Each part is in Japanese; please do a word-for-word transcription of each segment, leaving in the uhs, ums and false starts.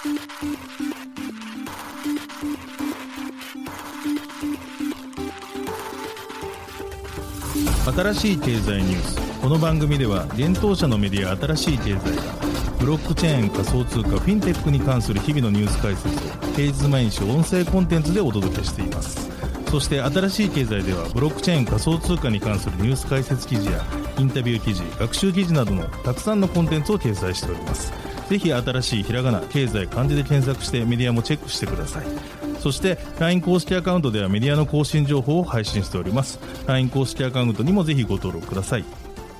新しい経済ニュース。この番組では現当社のメディア新しい経済がブロックチェーン、仮想通貨、フィンテックに関する日々のニュース解説を平日毎日音声コンテンツでお届けしています。そして新しい経済ではブロックチェーン、仮想通貨に関するニュース解説記事やインタビュー記事、学習記事などのたくさんのコンテンツを掲載しております。ぜひ新しいひらがな、経済、漢字で検索してメディアもチェックしてください。そして ライン 公式アカウントではメディアの更新情報を配信しております。 ライン 公式アカウントにもぜひご登録ください。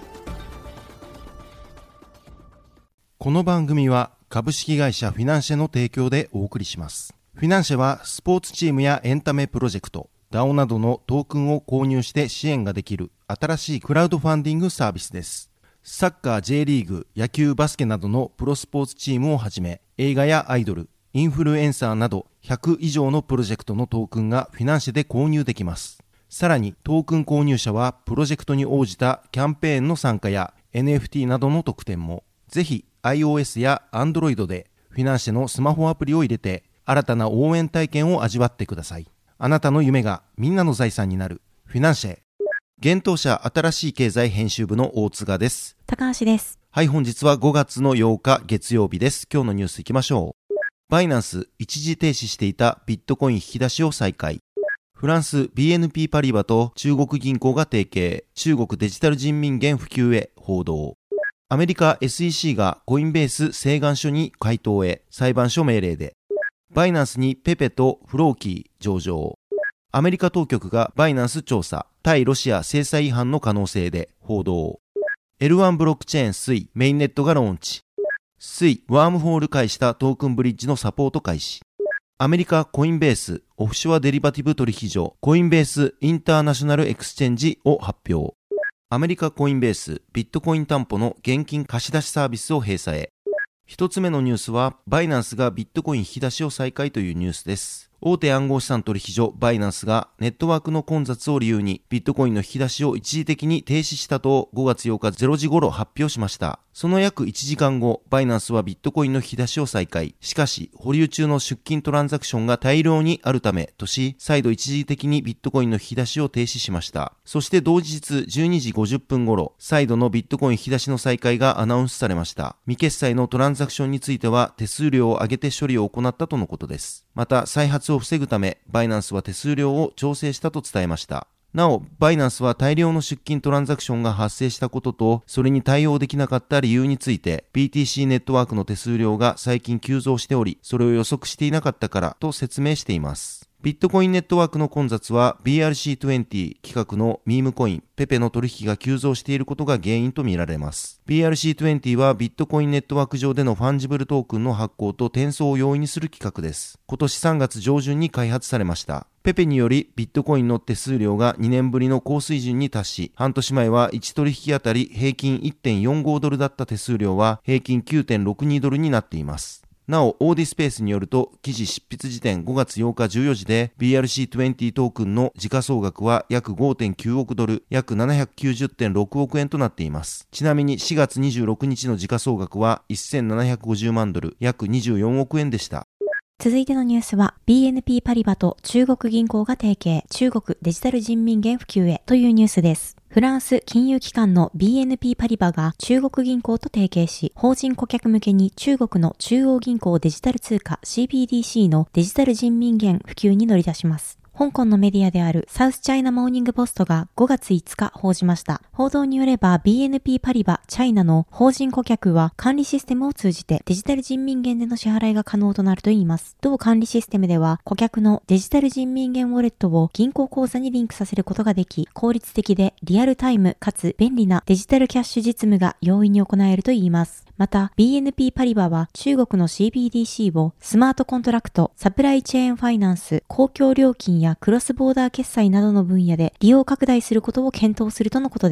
この番組は株式会社フィナンシェの提供でお送りします。フィナンシェはスポーツチームやエンタメプロジェクト、ダオ などのトークンを購入して支援ができる新しいクラウドファンディングサービスです。サッカー、J リーグ、野球、バスケなどのプロスポーツチームをはじめ、映画やアイドル、インフルエンサーなどひゃく以上のプロジェクトのトークンがフィナンシェで購入できます。さらにトークン購入者はプロジェクトに応じたキャンペーンの参加や エヌエフティー などの特典も。ぜひ iOS や Android でフィナンシェのスマホアプリを入れて新たな応援体験を味わってください。あなたの夢がみんなの財産になるフィナンシェ。現当社新しい経済編集部の大塚です。 高橋です。 はい、本日はごがつのようか月曜日です。今日のニュースいきましょう。バイナンス一時停止していたビットコイン引き出しを再開。フランス ビーエヌピー パリバと中国銀行が提携、中国デジタル人民元普及へ報道。アメリカ エスイーシー がコインベース請願書に回答へ裁判所命令で。バイナンスにペペとフローキー上場。アメリカ当局がバイナンス調査、対ロシア制裁違反の可能性で報道。エルワン ブロックチェーンスイメインネットがローンチ。スイワームホール介したトークンブリッジのサポート開始。アメリカコインベースオフショアデリバティブ取引所コインベースインターナショナルエクスチェンジを発表。アメリカコインベースビットコイン担保の現金貸し出しサービスを閉鎖へ。一つ目のニュースはバイナンスがビットコイン引き出しを再開というニュースです。大手暗号資産取引所バイナンスがネットワークの混雑を理由にビットコインの引き出しを一時的に停止したとごがつようかれいじ頃発表しました。その約いちじかんご、バイナンスはビットコインの引き出しを再開。しかし、保留中の出金トランザクションが大量にあるためとし、再度一時的にビットコインの引き出しを停止しました。そして同日じゅうにじごじゅっぷん頃、再度のビットコイン引き出しの再開がアナウンスされました。未決済のトランザクションについては手数料を上げて処理を行ったとのことです。また、再発を防ぐため、バイナンスは手数料を調整したと伝えました。なお、バイナンスは大量の出金トランザクションが発生したことと、それに対応できなかった理由について、ビーティーシー ネットワークの手数料が最近急増しており、それを予測していなかったからと説明しています。ビットコインネットワークの混雑は ビーアールシーにじゅう 規格のミームコイン、ペペの取引が急増していることが原因とみられます。ビーアールシーにじゅう はビットコインネットワーク上でのファンジブルトークンの発行と転送を容易にする規格です。今年さんがつ上旬に開発されました。ペペによりビットコインの手数料がにねんぶりの高水準に達し、半年前はいち取引あたり平均 いってんよんご ドルだった手数料は平均 きゅうてんろくに ドルになっています。なお、オーディスペースによると、記事執筆時点ごがつようかじゅうよじで ビーアールシーにじゅう トークンの時価総額は約 ごてんきゅうおくドル、約 ななひゃくきゅうじゅってんろくおくえんとなっています。ちなみにしがつにじゅうろくにちの時価総額はせんななひゃくごじゅうまんドル、約にじゅうよんおくえんでした。 続いてのニュースは ビーエヌピー パリバと中国銀行が提携、中国デジタル人民元普及へというニュースです。フランス金融機関の ビーエヌピー パリバが中国銀行と提携し、法人顧客向けに中国の中央銀行デジタル通貨 シービーディーシー のデジタル人民元普及に乗り出します。香港のメディアであるサウスチャイナモーニングポストがごがついつか報じました。報道によれば ビーエヌピー パリバチャイナの法人顧客は管理システムを通じてデジタル人民元での支払いが可能となるといいます。同管理システムでは顧客のデジタル人民元ウォレットを銀行口座にリンクさせることができ、効率的でリアルタイムかつ便利なデジタルキャッシュ実務が容易に行えるといいます。また ビーエヌピー パリバは中国の シービーディーシー をスマートコントラクト、サプライチェーンファイナンス、公共料金やクロスボーダー決済などの分野で利用拡大することを検討するとのことです。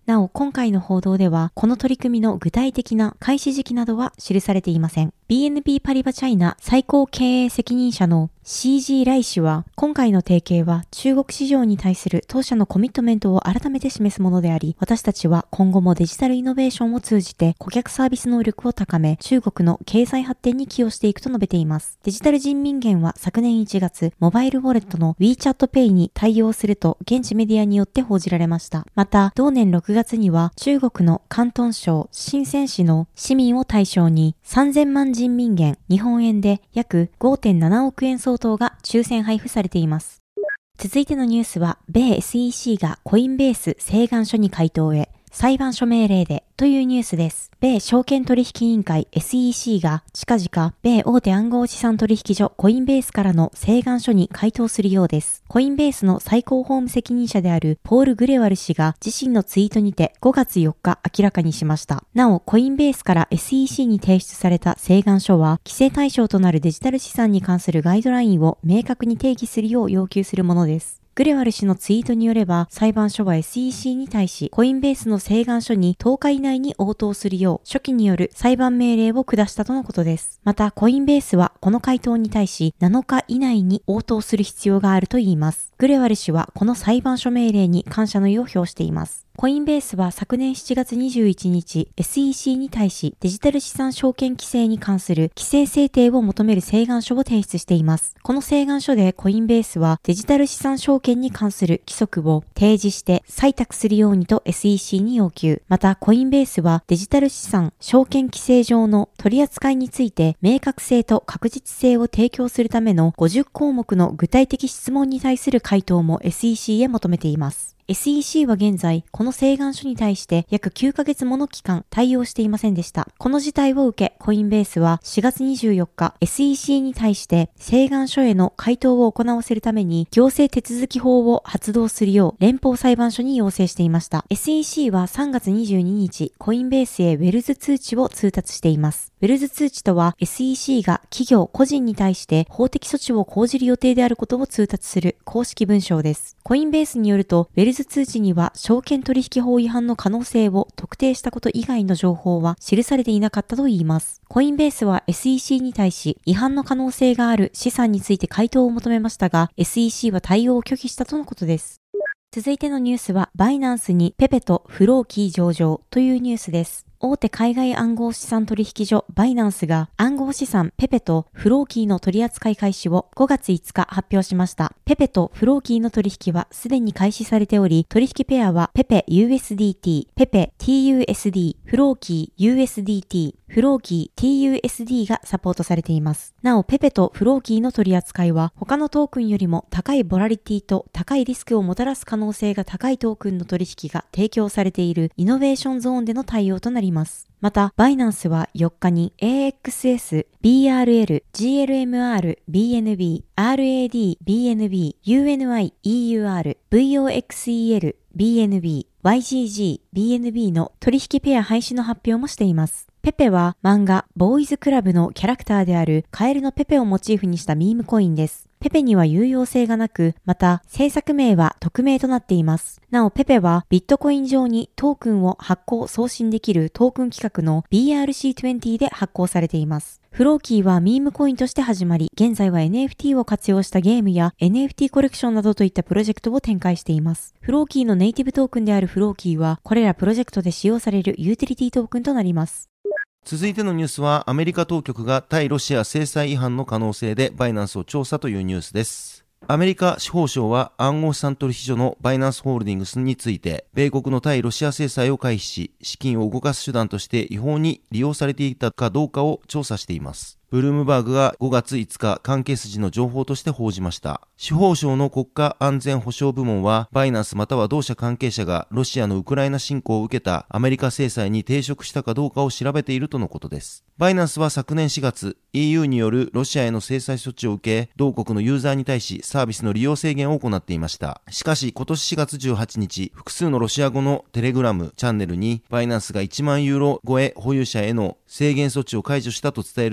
なお、今回の報道では、この取り組みの具体的な開始時期などは記されていません。ビーエヌピー パリバチャイナ最高経営責任者の シージー ライ氏は、今回の提携は中国市場に対する当社のコミットメントを改めて示すものであり、私たちは今後もデジタルイノベーションを通じて顧客サービス能力を高め、中国の経済発展に寄与していくと述べています。デジタル人民元は昨年いちがつ、モバイルウォレットの WeChat Pay に対応すると現地メディアによって報じられました。また、同年ろくがつには中国の広東省深セン市の市民を対象にさんぜんまん人民元、日本円で約 ごてんななおくえん相当が抽選配布されています。続いてのニュースは、米 エスイーシー がコインベース請願書に回答へ、裁判所命令でというニュースです。米証券取引委員会 エスイーシー が近々米大手暗号資産取引所コインベースからの請願書に回答するようです。コインベースの最高法務責任者であるポール・グレワル氏が自身のツイートにてごがつよっか明らかにしました。なお、コインベースから エスイーシー に提出された請願書は規制対象となるデジタル資産に関するガイドラインを明確に定義するよう要求するものです。グレワル氏のツイートによれば、裁判所は エスイーシー に対し、コインベースの請願書にとおか以内に応答するよう、書記による裁判命令を下したとのことです。また、コインベースはこの回答に対し、なのか以内に応答する必要があるといいます。グレワル氏はこの裁判所命令に感謝の意を表しています。コインベースは昨年しちがつにじゅういちにち、エスイーシー に対しデジタル資産証券規制に関する規制制定を求める請願書を提出しています。この請願書でコインベースはデジタル資産証券に関する規則を提示して採択するようにと エスイーシー に要求。また、コインベースはデジタル資産証券規制上の取り扱いについて明確性と確実性を提供するためのごじゅっこうもくの具体的質問に対する回答も エスイーシー へ求めています。エスイーシー は現在、この請願書に対して約きゅうかげつもの期間対応していませんでした。この事態を受け、コインベースはしがつにじゅうよっか、エスイーシー に対して請願書への回答を行わせるために行政手続き法を発動するよう連邦裁判所に要請していました。エスイーシー はさんがつにじゅうににち、コインベースへウェルズ通知を通達しています。ウェルズ通知とは エスイーシー が企業、個人に対して法的措置を講じる予定であることを通達する公式文章です。コインベースによると、ウェルズ通知には証券取引法違反の可能性を特定したこと以外の情報は記されていなかったといいます。コインベースは エスイーシー に対し違反の可能性がある資産について回答を求めましたが、エスイーシー は対応を拒否したとのことです。続いてのニュースは、バイナンスにペペとフローキー上場というニュースです。大手海外暗号資産取引所バイナンスが暗号資産ペペとフローキーの取扱い開始をごがついつか発表しました。ペペとフローキーの取引はすでに開始されており、取引ペアはペペ ユーエスディーティー、ペペ ティーユーエスディー、フローキー ユーエスディーティー、フローキー ティーユーエスディー がサポートされています。なお、ペペとフローキーの取り扱いは他のトークンよりも高いボラリティと高いリスクをもたらす可能性が高いトークンの取引が提供されているイノベーションゾーンでの対応となります。また、バイナンスはよっかに エーエックスエス、ビーアールエル、ジーエルエムアール、ビーエヌビー、アールエーディー、ビーエヌビー、ユーエヌアイ、イーユーアール、ブイオーエックスイーエル、ビーエヌビー、ワイジージー、ビーエヌビー の取引ペア廃止の発表もしています。ペペは漫画ボーイズクラブのキャラクターであるカエルのペペをモチーフにしたミームコインです。ペペには有用性がなく、また制作名は匿名となっています。なお、ペペはビットコイン上にトークンを発行送信できるトークン規格の ビーアールシーにじゅう で発行されています。フローキーはミームコインとして始まり、現在は エヌエフティー を活用したゲームや エヌエフティー コレクションなどといったプロジェクトを展開しています。フローキーのネイティブトークンであるフローキーは、これらプロジェクトで使用されるユーティリティトークンとなります。 続いてのニュースは、アメリカ当局が対ロシア制裁違反の可能性でバイナンスを調査というニュースです。アメリカ司法省は暗号資産取引所のバイナンスホールディングスについて、米国の対ロシア制裁を回避し、資金を動かす手段として違法に利用されていたかどうかを調査しています。ブルームバーグがごがついつか関係筋の情報として報じました。司法省の国家安全保障部門は、バイナンスまたは同社関係者がロシアのウクライナ侵攻を受けたアメリカ制裁に抵触したかどうかを調べているとのことです。バイナンスは昨年しがつ、イーユー によるロシアへの制裁措置を受け、同国のユーザーに対しサービスの利用制限を行っていました。しかし今年しがつじゅうはちにち、複数のロシア語のテレグラムチャンネルに、バイナンスがいちまんユーロ超え保有者への制限措置を解除したと伝える内容の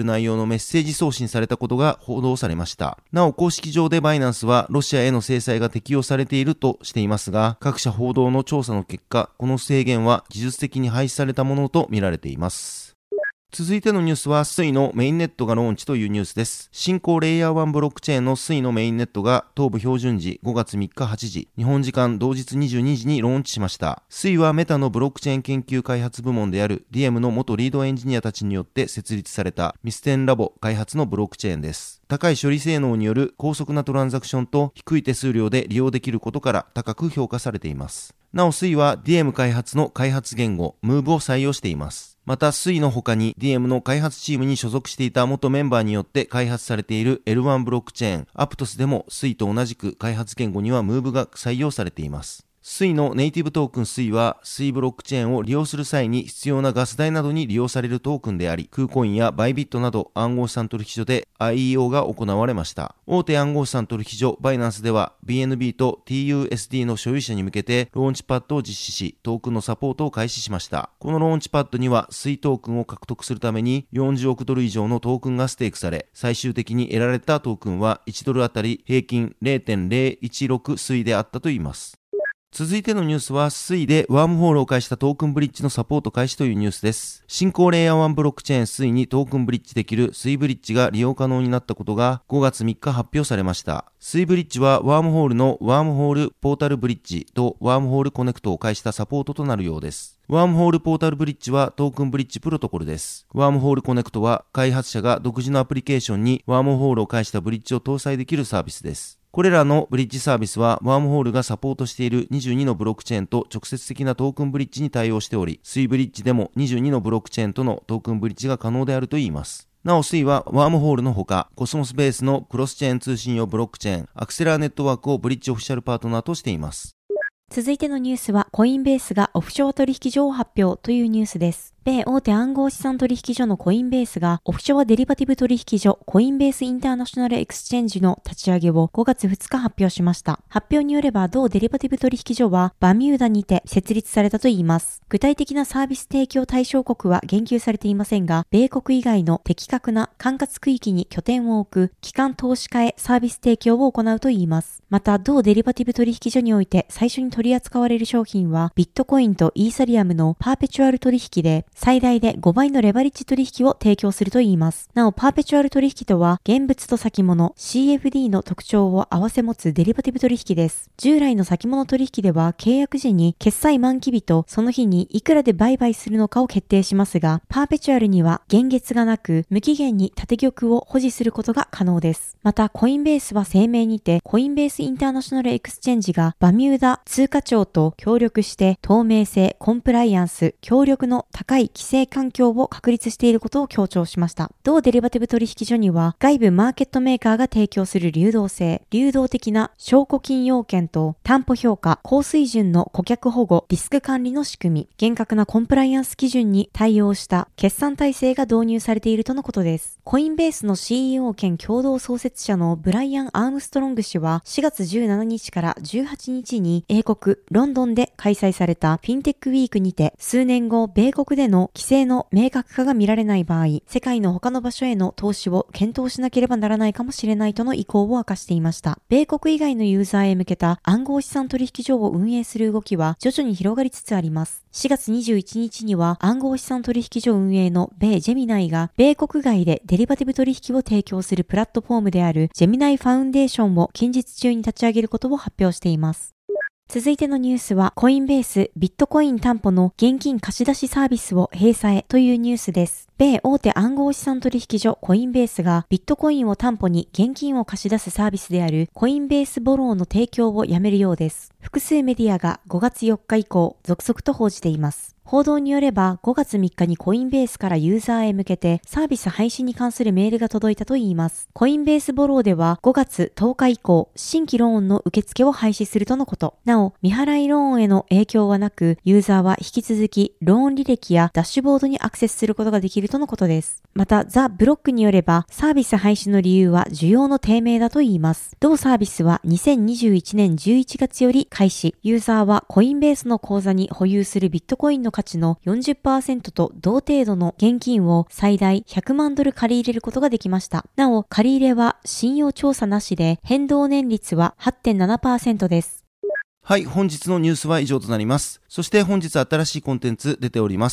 メッセージ送信されたことが報道されました。なお、公式上でバイナンスはロシアへの制裁が適用されているとしていますが、各社報道の調査の結果、この制限は技術的に廃止されたものと見られています。続いてのニュースは、スイのメインネットがローンチというニュースです。新興レイヤーワンブロックチェーンのスイのメインネットが東部標準時ごがつみっかはちじ、日本時間同日にじゅうにじにローンチしました。スイはメタのブロックチェーン研究開発部門である ディーエム の元リードエンジニアたちによって設立されたミステンラボ開発のブロックチェーンです。高い処理性能による高速なトランザクションと低い手数料で利用できることから高く評価されています。なお、スイは ディーエム 開発の開発言語 ムーブ を採用しています。また、スイの他に ディーエム の開発チームに所属していた元メンバーによって開発されている エルワン ブロックチェーン、アプトスでもスイと同じく開発言語には ムーブ が採用されています。スイのネイティブトークンスイは、スイブロックチェーンを利用する際に必要なガス代などに利用されるトークンであり、クーコインやバイビットなど暗号資産取引所で アイイーオー が行われました。大手暗号資産取引所バイナンスでは ビーエヌビー と ティーユーエスディー の所有者に向けてローンチパッドを実施し、トークンのサポートを開始しました。このローンチパッドにはスイトークンを獲得するためによんじゅうおくドル以上のトークンがステークされ、最終的に得られたトークンはいちドルあたり平均 ゼロてんゼロいちろく スイであったといいます。続いてのニュースは、スイでワームホールを介したトークンブリッジのサポート開始というニュースです。新興レイヤーワンブロックチェーンスイにトークンブリッジできるスイブリッジが利用可能になったことがごがつみっか発表されました。スイブリッジはワームホールのワームホールポータルブリッジとワームホールコネクトを介したサポートとなるようです。ワームホールポータルブリッジはトークンブリッジプロトコルです。ワームホールコネクトは開発者が独自のアプリケーションにワームホールを介したブリッジを搭載できるサービスです。これらのブリッジサービスはワームホールがサポートしているにじゅうにのブロックチェーンと直接的なトークンブリッジに対応しており、スイブリッジでもにじゅうにのブロックチェーンとのトークンブリッジが可能であるといいます。なお、スイはワームホールのほか、コスモスベースのクロスチェーン通信用ブロックチェーン、アクセラーネットワークをブリッジオフィシャルパートナーとしています。 続いてのニュースは、コインベースがオフショア取引所を発表というニュースです。米大手暗号資産取引所のコインベースがオフショアデリバティブ取引所コインベースインターナショナルエクスチェンジの立ち上げをごがつふつか発表しました。発表によれば同デリバティブ取引所はバミューダにて設立されたといいます。具体的なサービス提供対象国は言及されていませんが、米国以外の的確な管轄区域に拠点を置く機関投資家へサービス提供を行うといいます。また同デリバティブ取引所において最初に取り扱われる商品はビットコインとイーサリアムのパーペチュアル取引で最大でごばいのレバレッジ取引を提供するといいます。なお、パーペチュアル取引とは、現物と先物 シーエフディー の特徴を併せ持つデリバティブ取引です。従来の先物取引では、契約時に決済満期日とその日にいくらで売買するのかを決定しますが、パーペチュアルには現月がなく、無期限に縦玉を保持することが可能です。また、コインベースは声明にて、コインベースインターナショナルエクスチェンジがバミューダ通貨庁と協力して、透明性、コンプライアンス、協力の高い規制環境を確立していることを強調しました。同デリバティブ取引所には外部マーケットメーカーが提供する流動性、流動的な証拠金要件と担保評価、高水準の顧客保護、リスク管理の仕組み、厳格なコンプライアンス基準に対応した決算体制が導入されているとのことです。コインベースの シーイーオー 兼共同創設者のブライアン・アームストロング氏はしがつじゅうしちにちからじゅうはちにちに英国ロンドンで開催されたフィンテックウィークにて数年後米国での規制の明確化が見られない場合、世界の他の場所への投資を検討しなければならないかもしれないとの意向を明かしていました。米国以外のユーザーへ向けた暗号資産取引所を運営する動きは徐々に広がりつつあります。しがつにじゅういちにちには暗号資産取引所運営の米ジェミナイが米国外でデリバティブ取引を提供するプラットフォームであるジェミナイファウンデーションを近日中に立ち上げることを発表しています。続いてのニュースは、コインベースビットコイン担保の現金貸し出しサービスを閉鎖へというニュースです。米大手暗号資産取引所コインベースがビットコインを担保に現金を貸し出すサービスであるコインベースボローの提供をやめるようです。複数メディアがごがつよっか以降続々と報じています。報道によればごがつみっかにコインベースからユーザーへ向けてサービス廃止に関するメールが届いたといいます。コインベースボローではごがつとおか以降新規ローンの受付を廃止するとのこと。なお、未払いローンへの影響はなく、ユーザーは引き続きローン履歴やダッシュボードにアクセスすることができるとのことです。また、ザ・ブロックによればサービス廃止の理由は需要の低迷だといいます。同サービスはにせんにじゅういちねんじゅういちがつより開始。ユーザーはコインベースの口座に保有するビットコインの価価値の よんじゅっパーセント と同程度の現金を最大ひゃくまんドル借り入れることができました。なお、借り入れは信用調査なしで、変動年率は はちてんななパーセント です。 はい、本日のニュースは以上となります。そして本日新しいコンテンツ出ております。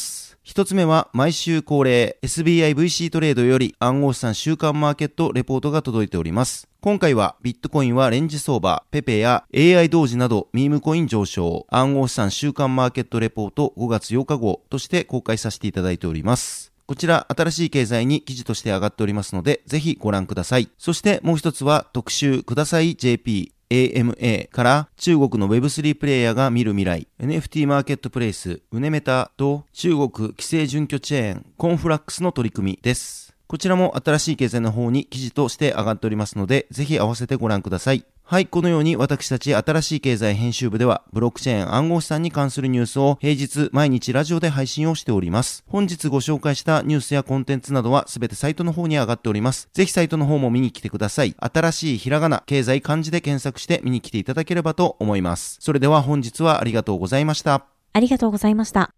一つ目は毎週恒例 エスビーアイブイシー トレードより暗号資産週間マーケットレポートが届いております。今回はビットコインはレンジ相場、ペペや エーアイ 同時などミームコイン上昇、暗号資産週間マーケットレポートごがつようか号として公開させていただいております。こちら新しい経済に記事として上がっておりますのでぜひご覧ください。そしてもう一つは特集ください ジェーピーエーエムエー から中国の ウェブスリー プレイヤーが見る未来 エヌエフティー マーケットプレイスウネメタと中国規制準拠チェーンコンフラックスの取り組みです。こちらも新しい経済の方に記事として上がっておりますのでぜひ合わせてご覧ください。はい、このように私たち新しい経済編集部ではブロックチェーン暗号資産に関するニュースを平日毎日ラジオで配信をしております。本日ご紹介したニュースやコンテンツなどはすべてサイトの方に上がっております。ぜひサイトの方も見に来てください。新しいひらがな、経済漢字で検索して見に来ていただければと思います。それでは本日はありがとうございました。 ありがとうございました。